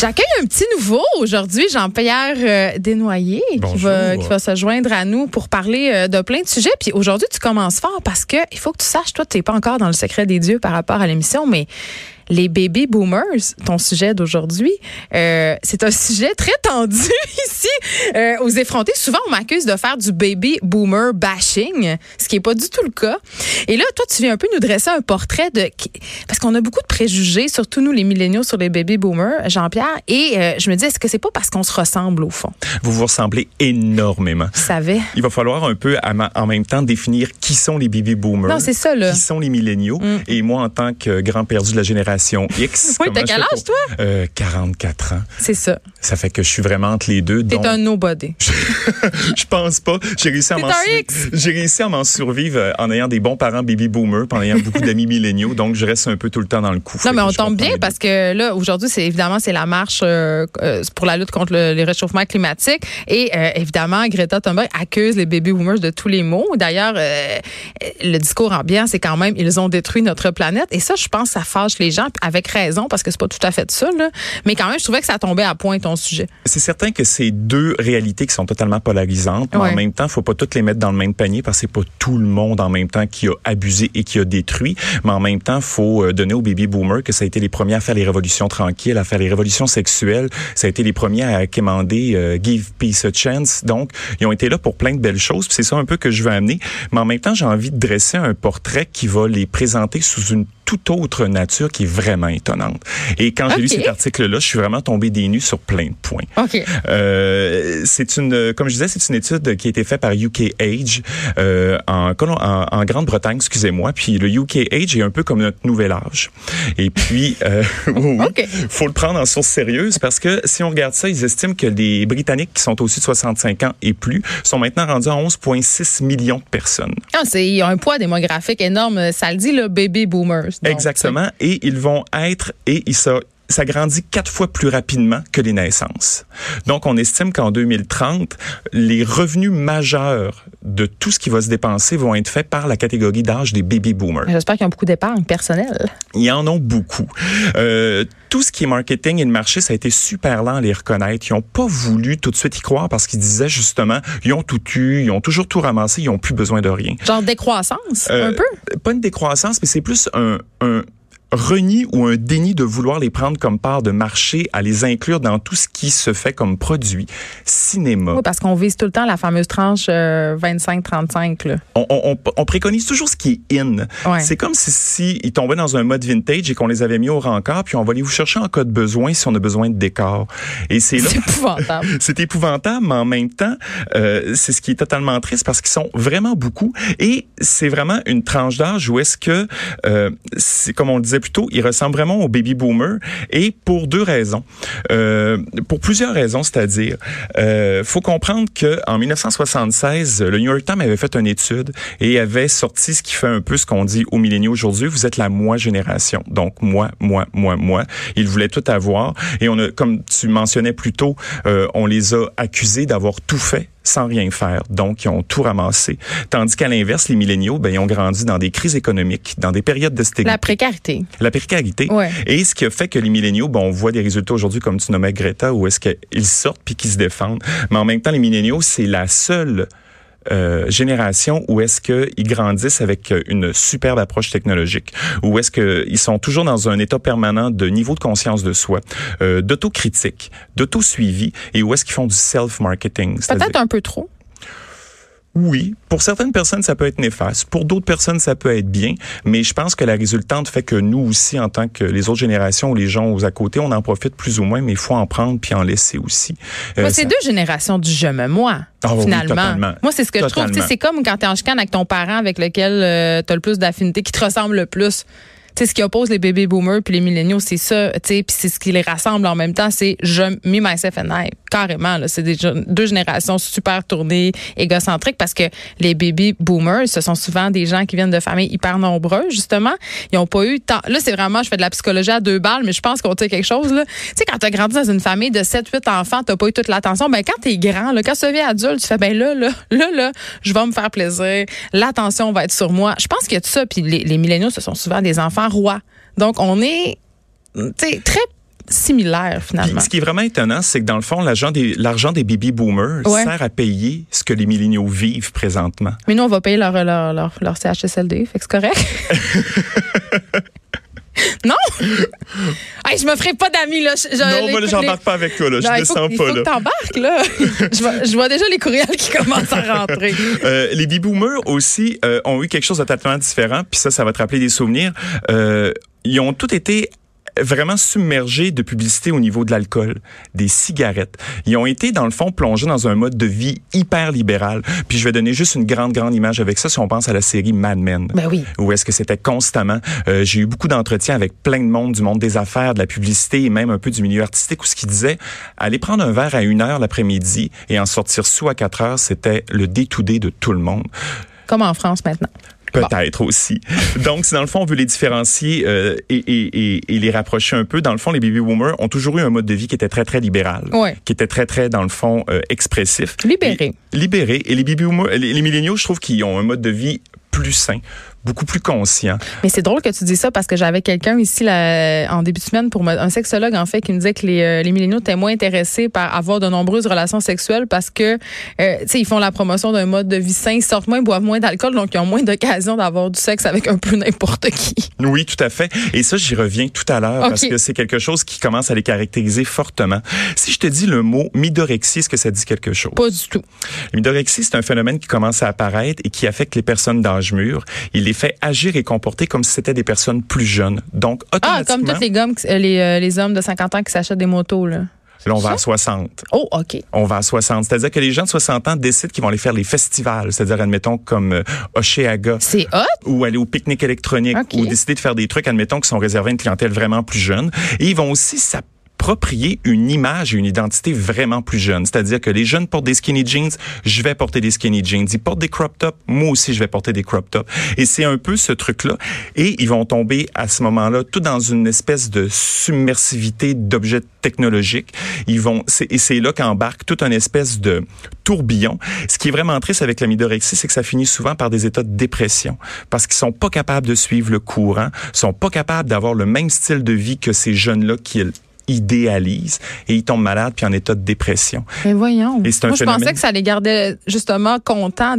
J'accueille un petit nouveau aujourd'hui, Jean-Pierre Desnoyers, qui va se joindre à nous pour parler de plein de sujets. Puis aujourd'hui, tu commences fort parce que il faut que tu saches, toi, tu n'es pas encore dans le secret des dieux par rapport à l'émission, mais les baby boomers, ton sujet d'aujourd'hui, c'est un sujet très tendu ici aux effrontés. Souvent, on m'accuse de faire du baby boomer bashing, ce qui n'est pas du tout le cas. Et là, toi, tu viens un peu nous dresser un portrait de... Parce qu'on a beaucoup de préjugés, surtout nous, les milléniaux, sur les baby boomers, Jean-Pierre. Et je me dis, est-ce que c'est pas parce qu'on se ressemble au fond? Vous vous ressemblez énormément. Je savais. Il va falloir un peu, en même temps, définir qui sont les baby boomers. Non, c'est ça, là. Qui sont les milléniaux. Et moi, en tant que grand perdu de la génération X. Oui, t'as quel âge, toi? 44 ans. C'est ça. Ça fait que je suis vraiment entre les deux. T'es un nobody. Je pense pas. J'ai réussi à m'en survivre en ayant des bons parents baby boomers, en ayant beaucoup d'amis milléniaux. Donc, je reste un peu tout le temps dans le coup. Non, mais on tombe bien parce que là, aujourd'hui, c'est la marche pour la lutte contre les réchauffements climatiques. Et évidemment, Greta Thunberg accuse les baby boomers de tous les maux. D'ailleurs, le discours ambiant, c'est quand même, ils ont détruit notre planète. Et ça, je pense, ça fâche les gens, avec raison, parce que c'est pas tout à fait ça, là. Mais quand même, je trouvais que ça tombait à point, ton sujet. C'est certain que c'est deux réalités qui sont totalement polarisantes, mais en même temps, faut pas toutes les mettre dans le même panier parce que c'est pas tout le monde en même temps qui a abusé et qui a détruit. Mais en même temps, faut donner aux baby boomers que ça a été les premiers à faire les révolutions tranquilles, à faire les révolutions sexuelles. Ça a été les premiers à quémander Give Peace a Chance. Donc, ils ont été là pour plein de belles choses. Puis c'est ça un peu que je veux amener. Mais en même temps, j'ai envie de dresser un portrait qui va les présenter sous une toute autre nature qui est vraiment étonnante. Et quand j'ai lu cet article-là, je suis vraiment tombé des nues sur plein de points. Comme je disais, c'est une étude qui a été faite par UK Age en Grande-Bretagne, excusez-moi. Puis le UK Age est un peu comme notre nouvel âge. Et puis, faut le prendre en source sérieuse parce que si on regarde ça, ils estiment que les Britanniques qui sont au-dessus de 65 ans et plus sont maintenant rendus à 11,6 millions de personnes. Ils ont un poids démographique énorme. Ça le dit, le baby boomers. Donc, exactement. Et ils vont être, ça grandit 4 fois plus rapidement que les naissances. Donc, on estime qu'en 2030, les revenus majeurs de tout ce qui va se dépenser vont être faits par la catégorie d'âge des baby boomers. J'espère qu'ils ont beaucoup d'épargne personnelle. Ils en ont beaucoup. Tout ce qui est marketing et le marché, ça a été super lent à les reconnaître. Ils n'ont pas voulu tout de suite y croire parce qu'ils disaient justement, ils ont tout eu, ils ont toujours tout ramassé, ils n'ont plus besoin de rien. Genre décroissance, un peu? Pas une décroissance, mais c'est plus un renie ou un déni de vouloir les prendre comme part de marché, à les inclure dans tout ce qui se fait comme produit, cinéma. Oui, parce qu'on vise tout le temps la fameuse tranche 25-35. Là. On préconise toujours ce qui est in. Ouais. C'est comme si ils tombaient dans un mode vintage et qu'on les avait mis au rencard, puis on va aller vous chercher en cas de besoin si on a besoin de décor. Et c'est épouvantable. C'est épouvantable, mais en même temps, c'est ce qui est totalement triste parce qu'ils sont vraiment beaucoup. Et c'est vraiment une tranche d'âge où est-ce que, c'est comme on le disait plus tôt, ils ressemblent vraiment aux baby boomers et pour deux raisons. Pour plusieurs raisons, c'est-à-dire, faut comprendre que en 1976, le New York Times avait fait une étude et avait sorti ce qui fait un peu ce qu'on dit aux milléniaux aujourd'hui. Vous êtes la moi génération. Donc, moi. Ils voulaient tout avoir et on a, comme tu mentionnais plus tôt, on les a accusés d'avoir tout fait sans rien faire. Donc, ils ont tout ramassé. Tandis qu'à l'inverse, les milléniaux, ils ont grandi dans des crises économiques, dans des périodes de stabilité. La précarité. Ouais. Et ce qui a fait que les milléniaux, on voit des résultats aujourd'hui, comme tu nommais Greta, où est-ce qu'ils sortent puis qu'ils se défendent. Mais en même temps, les milléniaux, c'est la seule génération où est-ce qu'ils grandissent avec une superbe approche technologique, où est-ce qu'ils sont toujours dans un état permanent de niveau de conscience de soi, d'autocritique, d'auto-suivi, et où est-ce qu'ils font du self-marketing. Peut-être un peu trop. Oui, pour certaines personnes, ça peut être néfaste. Pour d'autres personnes, ça peut être bien. Mais je pense que la résultante fait que nous aussi, en tant que les autres générations ou les gens aux à côté, on en profite plus ou moins, mais il faut en prendre puis en laisser aussi. C'est deux générations du je me moi, finalement. Oui, moi, c'est ce que je trouve. C'est comme quand tu es en chicane avec ton parent avec lequel tu as le plus d'affinité, qui te ressemble le plus. Tu sais, ce qui oppose les baby boomers puis les milléniaux, c'est ça, tu sais, puis c'est ce qui les rassemble en même temps, c'est me, myself and I. Carrément, là, c'est deux générations super tournées, égocentriques, parce que les baby boomers, ce sont souvent des gens qui viennent de familles hyper nombreuses, justement. Ils n'ont pas eu tant. Là, c'est vraiment, je fais de la psychologie à 2 balles, mais je pense qu'on tient quelque chose, là. Tu sais, quand tu as grandi dans une famille de 7-8 enfants, tu n'as pas eu toute l'attention. Ben, quand tu es grand, là, quand tu deviens adulte, tu fais, là, je vais me faire plaisir. L'attention va être sur moi. Je pense qu'il y a de ça. Puis les milléniaux, ce sont souvent des enfants rois. Donc, on est, tu sais, très similaires, finalement. Puis, ce qui est vraiment étonnant, c'est que dans le fond, l'argent des baby boomers sert à payer ce que les milléniaux vivent présentement. Mais nous, on va payer leur CHSLD, fait que c'est correct. Non! Hey, je me ferai pas d'amis, là. Non, moi, j'embarque pas avec toi, là. Je descends pas, là. Il faut que t'embarques, là. je vois déjà les courriels qui commencent à rentrer. Les baby boomers aussi ont eu quelque chose de totalement différent, puis ça va te rappeler des souvenirs. Ils ont tous été vraiment submergés de publicité au niveau de l'alcool, des cigarettes. Ils ont été, dans le fond, plongés dans un mode de vie hyper libéral. Puis je vais donner juste une grande image avec ça si on pense à la série Mad Men. Ben oui. Où est-ce que c'était constamment. J'ai eu beaucoup d'entretiens avec plein de monde, du monde des affaires, de la publicité et même un peu du milieu artistique où ce qu'ils disaient, aller prendre un verre à 1h l'après-midi et en sortir sous à 4h, c'était le day-to-day de tout le monde. Comme en France maintenant. Peut-être aussi. Donc, si dans le fond, on veut les différencier et les rapprocher un peu, dans le fond, les baby boomers ont toujours eu un mode de vie qui était très, très libéral. Ouais. Qui était très, très, dans le fond, expressif. Libéré. Libéré. Et les baby boomers, les milléniaux, je trouve qu'ils ont un mode de vie plus sain, beaucoup plus conscient. Mais c'est drôle que tu dis ça parce que j'avais quelqu'un ici en début de semaine, un sexologue en fait, qui me disait que les milléniaux étaient moins intéressés par avoir de nombreuses relations sexuelles parce que, tu sais, ils font la promotion d'un mode de vie sain, ils sortent moins, ils boivent moins d'alcool, donc ils ont moins d'occasion d'avoir du sexe avec un peu n'importe qui. Oui, tout à fait. Et ça, j'y reviens tout à l'heure parce que c'est quelque chose qui commence à les caractériser fortement. Si je te dis le mot midorexie, est-ce que ça dit quelque chose? Pas du tout. Midorexie, c'est un phénomène qui commence à apparaître et qui affecte les personnes d'âge mûr. Il les fait agir et comporter comme si c'était des personnes plus jeunes. Donc, automatiquement... comme tous les hommes de 50 ans qui s'achètent des motos, là. Là, on va à 60. Oh, OK. On va à 60. C'est-à-dire que les gens de 60 ans décident qu'ils vont aller faire les festivals. C'est-à-dire, admettons, comme Oshéaga. C'est hot. Ou aller au pique-nique électronique. Okay. Ou décider de faire des trucs, admettons, qui sont réservés à une clientèle vraiment plus jeune. Et ils vont aussi s'approprier une image et une identité vraiment plus jeune. C'est-à-dire que les jeunes portent des skinny jeans, je vais porter des skinny jeans. Ils portent des crop tops, moi aussi je vais porter des crop tops. Et c'est un peu ce truc-là. Et ils vont tomber à ce moment-là tout dans une espèce de submersivité d'objets technologiques. Et c'est là qu'embarque toute une espèce de tourbillon. Ce qui est vraiment triste avec la midorexie, c'est que ça finit souvent par des états de dépression. Parce qu'ils sont pas capables de suivre le courant, sont pas capables d'avoir le même style de vie que ces jeunes-là qui idéalisent et ils tombent malades puis en état de dépression. Mais voyons. Et c'est un Moi, phénomène... je pensais que ça les gardait justement contents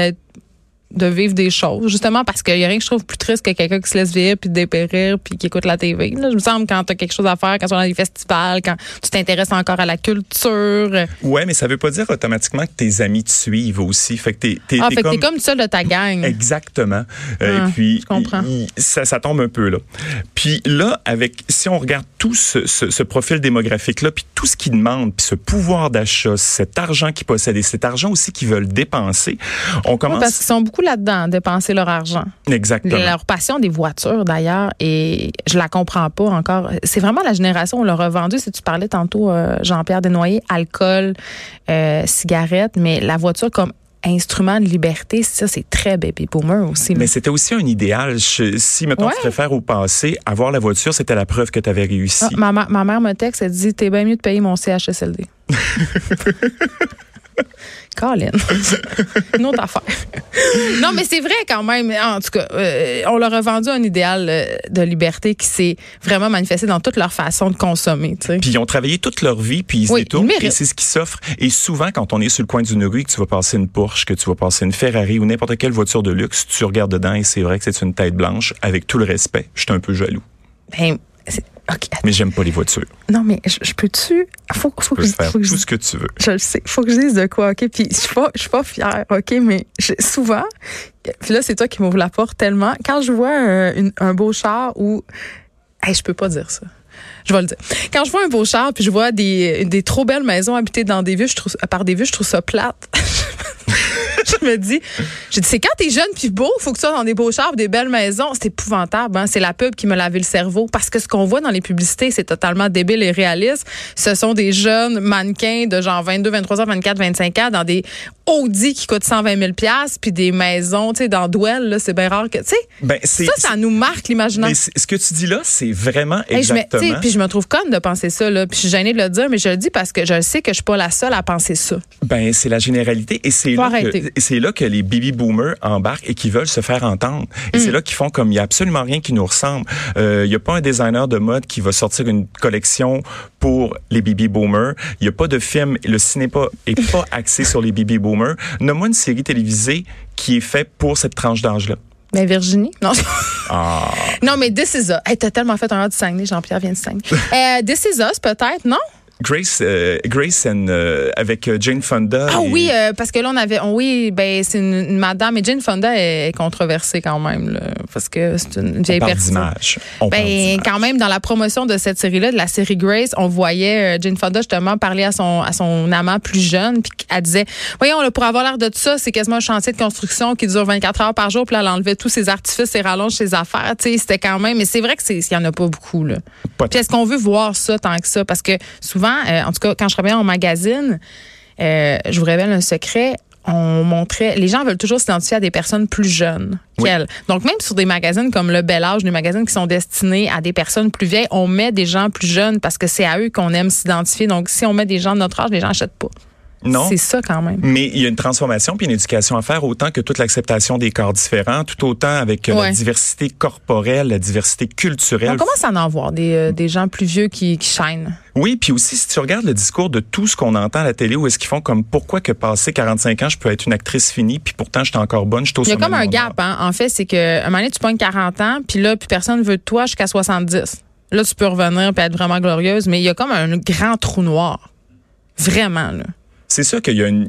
de vivre des choses, justement parce qu'il y a rien que je trouve plus triste que quelqu'un qui se laisse vivre puis de dépérir puis qui écoute la TV. Là, je me semble quand tu as quelque chose à faire, quand tu vas dans des festivals, quand tu t'intéresses encore à la culture. Ouais, mais ça veut pas dire automatiquement que tes amis te suivent aussi. Fait que t'es comme le seul de ta gang. Exactement. Et puis je comprends. Ça tombe un peu là. Puis là, si on regarde tout ce profil démographique là, puis tout ce qu'ils demandent, puis ce pouvoir d'achat, cet argent qu'ils possèdent et cet argent aussi qu'ils veulent dépenser, on commence. Parce qu'ils sont beaucoup là-dedans, dépenser leur argent. Exactement. Leur passion des voitures, d'ailleurs, et je la comprends pas encore. C'est vraiment la génération où on l'a revendu. Si tu parlais tantôt, Jean-Pierre Desnoyers, alcool, cigarettes, mais la voiture comme instrument de liberté, ça, c'est très baby boomer aussi. Mais c'était aussi un idéal. Si, mettons, tu préfères au passé, avoir la voiture, c'était la preuve que tu avais réussi. Ma mère me texte, elle dit, t'es bien mieux de payer mon CHSLD. Colin. Une autre affaire. Non, mais c'est vrai quand même. En tout cas, on leur a vendu un idéal de liberté qui s'est vraiment manifesté dans toute leur façon de consommer. T'sais. Puis ils ont travaillé toute leur vie, puis ils se détournent, et c'est ce qui s'offre. Et souvent, quand on est sur le coin d'une rue, que tu vas passer une Porsche, que tu vas passer une Ferrari ou n'importe quelle voiture de luxe, tu regardes dedans et c'est vrai que c'est une tête blanche. Avec tout le respect, je suis un peu jaloux. Ben, okay. Mais j'aime pas les voitures. Non, mais je peux-tu... Faut que faire tout ce que tu veux. Je le sais. Faut que je dise de quoi, OK? Puis je suis pas fière, OK? Mais souvent, puis là, c'est toi qui m'ouvre la porte tellement. Quand je vois un beau char où... Hey, je peux pas dire ça. Je vais le dire. Quand je vois un beau char puis je vois des trop belles maisons habitées dans des villes, par des villes, je trouve ça plate. Je me dis, c'est quand t'es jeune puis beau, faut que tu sois dans des beaux chars, des belles maisons. C'est épouvantable, hein? C'est la pub qui me lavait le cerveau. Parce que ce qu'on voit dans les publicités, c'est totalement débile et réaliste. Ce sont des jeunes mannequins de genre 22, 23 ans, 24, 25 ans dans des Audi qui coûtent 120 000 $ puis des maisons, tu sais, dans Douel, là, c'est bien rare que, tu sais, ça nous marque l'imaginaire. Mais ce que tu dis là, c'est vraiment exactement. Puis je me trouve conne de penser ça, là. Puis je suis gênée de le dire, mais je le dis parce que je sais que je suis pas la seule à penser ça. Ben, c'est la généralité et c'est c'est là que les baby boomers embarquent et qui veulent se faire entendre. Et c'est là qu'ils font comme il y a absolument rien qui nous ressemble. Il y a pas un designer de mode qui va sortir une collection pour les baby boomers. Il y a pas de film, le cinéma est pas axé sur les baby boomers. Nomme-moi une série télévisée qui est faite pour cette tranche d'âge-là. Ben Virginie, non. Ah. Non, mais This Is Us. Hey, t'as tellement fait un heure du Saguenay, Jean-Pierre vient de Saguenay. This Is Us, peut-être, non? Grace avec Jane Fonda. Ah oui, parce que là, c'est une madame, et Jane Fonda est controversée quand même, là, parce que c'est une vieille personne. Quand même, dans la promotion de cette série-là, de la série Grace, on voyait Jane Fonda justement parler à son amant plus jeune, puis elle disait, voyons, là, pour avoir l'air de tout ça, c'est quasiment un chantier de construction qui dure 24 heures par jour, puis là, elle enlevait tous ses artifices, ses rallonges, ses affaires, tu sais, c'était quand même, mais c'est vrai que il y en a pas beaucoup, là. Puis est-ce qu'on veut voir ça tant que ça? Parce que souvent, en tout cas, quand je travaillais en magazine, je vous révèle un secret, on montrait, les gens veulent toujours s'identifier à des personnes plus jeunes qu'elles. Donc, même sur des magazines comme Le Bel Âge, des magazines qui sont destinés à des personnes plus vieilles, on met des gens plus jeunes parce que c'est à eux qu'on aime s'identifier. Donc, si on met des gens de notre âge, les gens n'achètent pas. Non. C'est ça quand même. Mais il y a une transformation puis une éducation à faire, autant que toute l'acceptation des corps différents, tout autant avec la diversité corporelle, la diversité culturelle. On commence à en voir des gens plus vieux qui chaînent. Oui, puis aussi, si tu regardes le discours de tout ce qu'on entend à la télé, où est-ce qu'ils font comme pourquoi que passé 45 ans, je peux être une actrice finie, puis pourtant, je suis encore bonne, je suis au sommet. Il y a comme un gap, hein. En fait, c'est qu'à un moment donné, tu pognes 40 ans, puis là, plus personne veut de toi jusqu'à 70. Là, tu peux revenir puis être vraiment glorieuse, mais il y a comme un grand trou noir. Vraiment, là. C'est sûr qu'il y a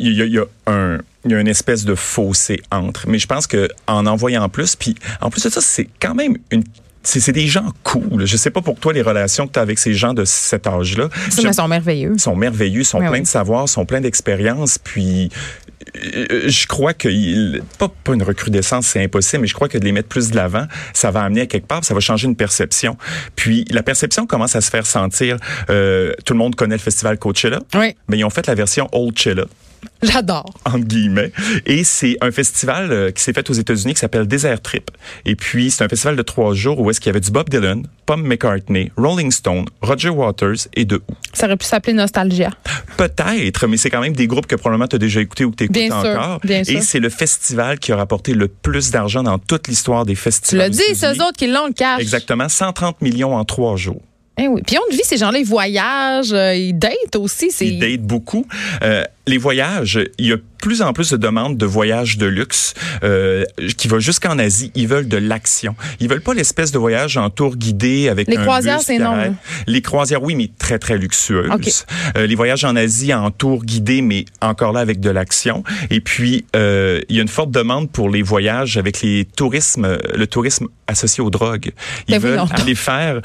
une espèce de fossé entre. Mais je pense que en voyant plus, puis en plus de ça, c'est quand même c'est des gens cool. Je sais pas pour toi les relations que tu as avec ces gens de cet âge-là. Mais ils sont merveilleux. Ils sont merveilleux, ils sont pleins de savoir, ils sont pleins d'expérience. Puis je crois que pas une recrudescence, c'est impossible, mais je crois que de les mettre plus de l'avant, ça va amener à quelque part, ça va changer une perception. Puis la perception commence à se faire sentir. Tout le monde connaît le festival Coachella. Oui. Mais ils ont fait la version Oldchella. J'adore. Entre guillemets. Et c'est un festival qui s'est fait aux États-Unis qui s'appelle Desert Trip. Et puis, c'est un festival de 3 jours où est-ce qu'il y avait du Bob Dylan, Paul McCartney, Rolling Stone, Roger Waters et The Who. Ça aurait pu s'appeler Nostalgia. Peut-être, mais c'est quand même des groupes que probablement tu as déjà écouté ou que tu écoutes encore. Bien sûr. Et c'est le festival qui a rapporté le plus d'argent dans toute l'histoire des festivals. Tu l'as dit, c'est eux autres qui l'ont, le cash. Exactement, 130 millions en 3 jours. Eh oui. Puis on vit, ces gens-là, ils voyagent, ils datent aussi. Ils datent beaucoup. Les voyages, il y a plus en plus de demandes de voyages de luxe qui va jusqu'en Asie. Ils veulent de l'action. Ils veulent pas l'espèce de voyage en tour guidé avec les un croisières, bus c'est non. Les croisières, oui, mais très, très luxueuses. Okay. Les voyages en Asie en tour guidé, mais encore là avec de l'action. Et puis, il y a une forte demande pour les voyages avec le tourisme associé aux drogues. Ils veulent aller faire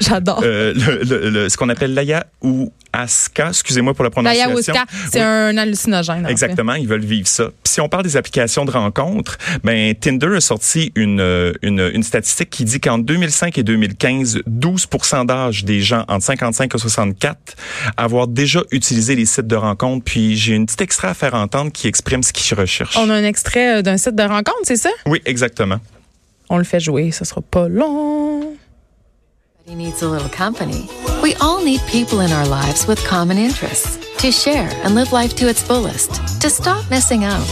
ce qu'on appelle l'ayahuasca. Excusez-moi pour la prononciation. L'ayahuasca, c'est un hallucinogène. Exactement, ils veulent vivre ça. Puis si on parle des applications de rencontres, ben Tinder a sorti une statistique qui dit qu'en 2005 et 2015, 12% d'âge des gens entre 55 et 64 avoir déjà utilisé les sites de rencontres. Puis j'ai une petite extrait à faire entendre qui exprime ce qu'ils recherchent. On a un extrait d'un site de rencontre, c'est ça? Oui, exactement. On le fait jouer, ça sera pas long. He needs a little company. We all need people in our lives with common interests to share and live life to its fullest, to stop missing out.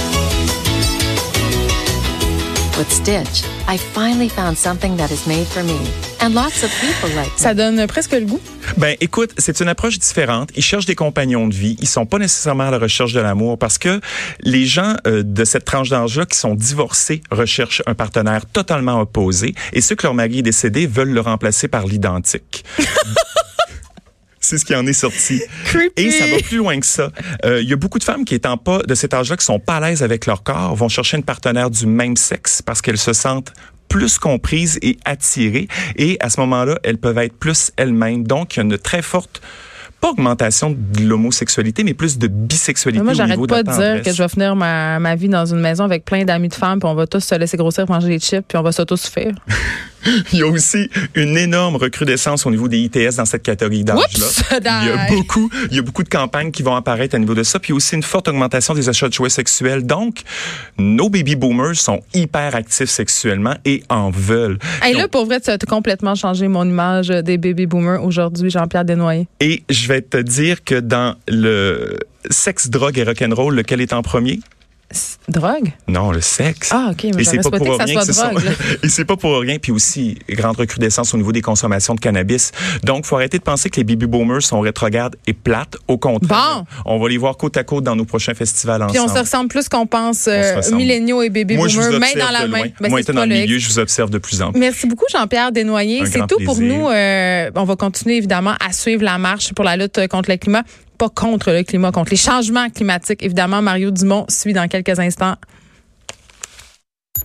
With Stitch, I finally found something that is made for me, and lots of people like me. Ça donne presque le goût. Ben, écoute, c'est une approche différente. Ils cherchent des compagnons de vie. Ils sont pas nécessairement à la recherche de l'amour parce que les gens de cette tranche d'âge-là qui sont divorcés recherchent un partenaire totalement opposé et ceux que leur mari est décédé veulent le remplacer par l'identique. C'est ce qui en est sorti. Creepy. Et ça va plus loin que ça. Il y a beaucoup de femmes qui étant pas de cet âge-là, qui sont pas à l'aise avec leur corps, vont chercher une partenaire du même sexe parce qu'elles se sentent plus comprises et attirées. Et à ce moment-là, elles peuvent être plus elles-mêmes. Donc, il y a une très forte pas augmentation de l'homosexualité, mais plus de bisexualité. Moi, au niveau de la tendresse. J'arrête pas de dire que je vais finir ma vie dans une maison avec plein d'amis de femmes, puis on va tous se laisser grossir, manger des chips, puis on va s'autosuffire. Il y a aussi une énorme recrudescence au niveau des ITS dans cette catégorie d'âge-là. Il y a beaucoup de campagnes qui vont apparaître à niveau de ça. Puis aussi une forte augmentation des achats de jouets sexuels. Donc, nos baby boomers sont hyper actifs sexuellement et en veulent. Et là, pour vrai, tu as complètement changé mon image des baby boomers aujourd'hui, Jean-Pierre Desnoyers. Et je vais te dire que dans le sexe, drogue et rock'n'roll, lequel est en premier? Drogue? Non, le sexe. Ah, OK. Mais et c'est pas pour que ça rien soit drogue. Et c'est pas pour rien. Puis aussi, grande recrudescence au niveau des consommations de cannabis. Donc, faut arrêter de penser que les baby boomers sont rétrogrades et plates. Au contraire, on va les voir côte à côte dans nos prochains festivals ensemble. Puis on se ressemble plus qu'on pense, milléniaux et baby boomers, main dans la main. Moi, étant dans le milieu, je vous observe de plus en plus. Merci beaucoup, Jean-Pierre Desnoyers. C'est tout pour nous. On va continuer, évidemment, à suivre la marche pour la lutte contre le climat. Pas contre le climat, contre les changements climatiques. Évidemment, Mario Dumont suit dans quelques instants.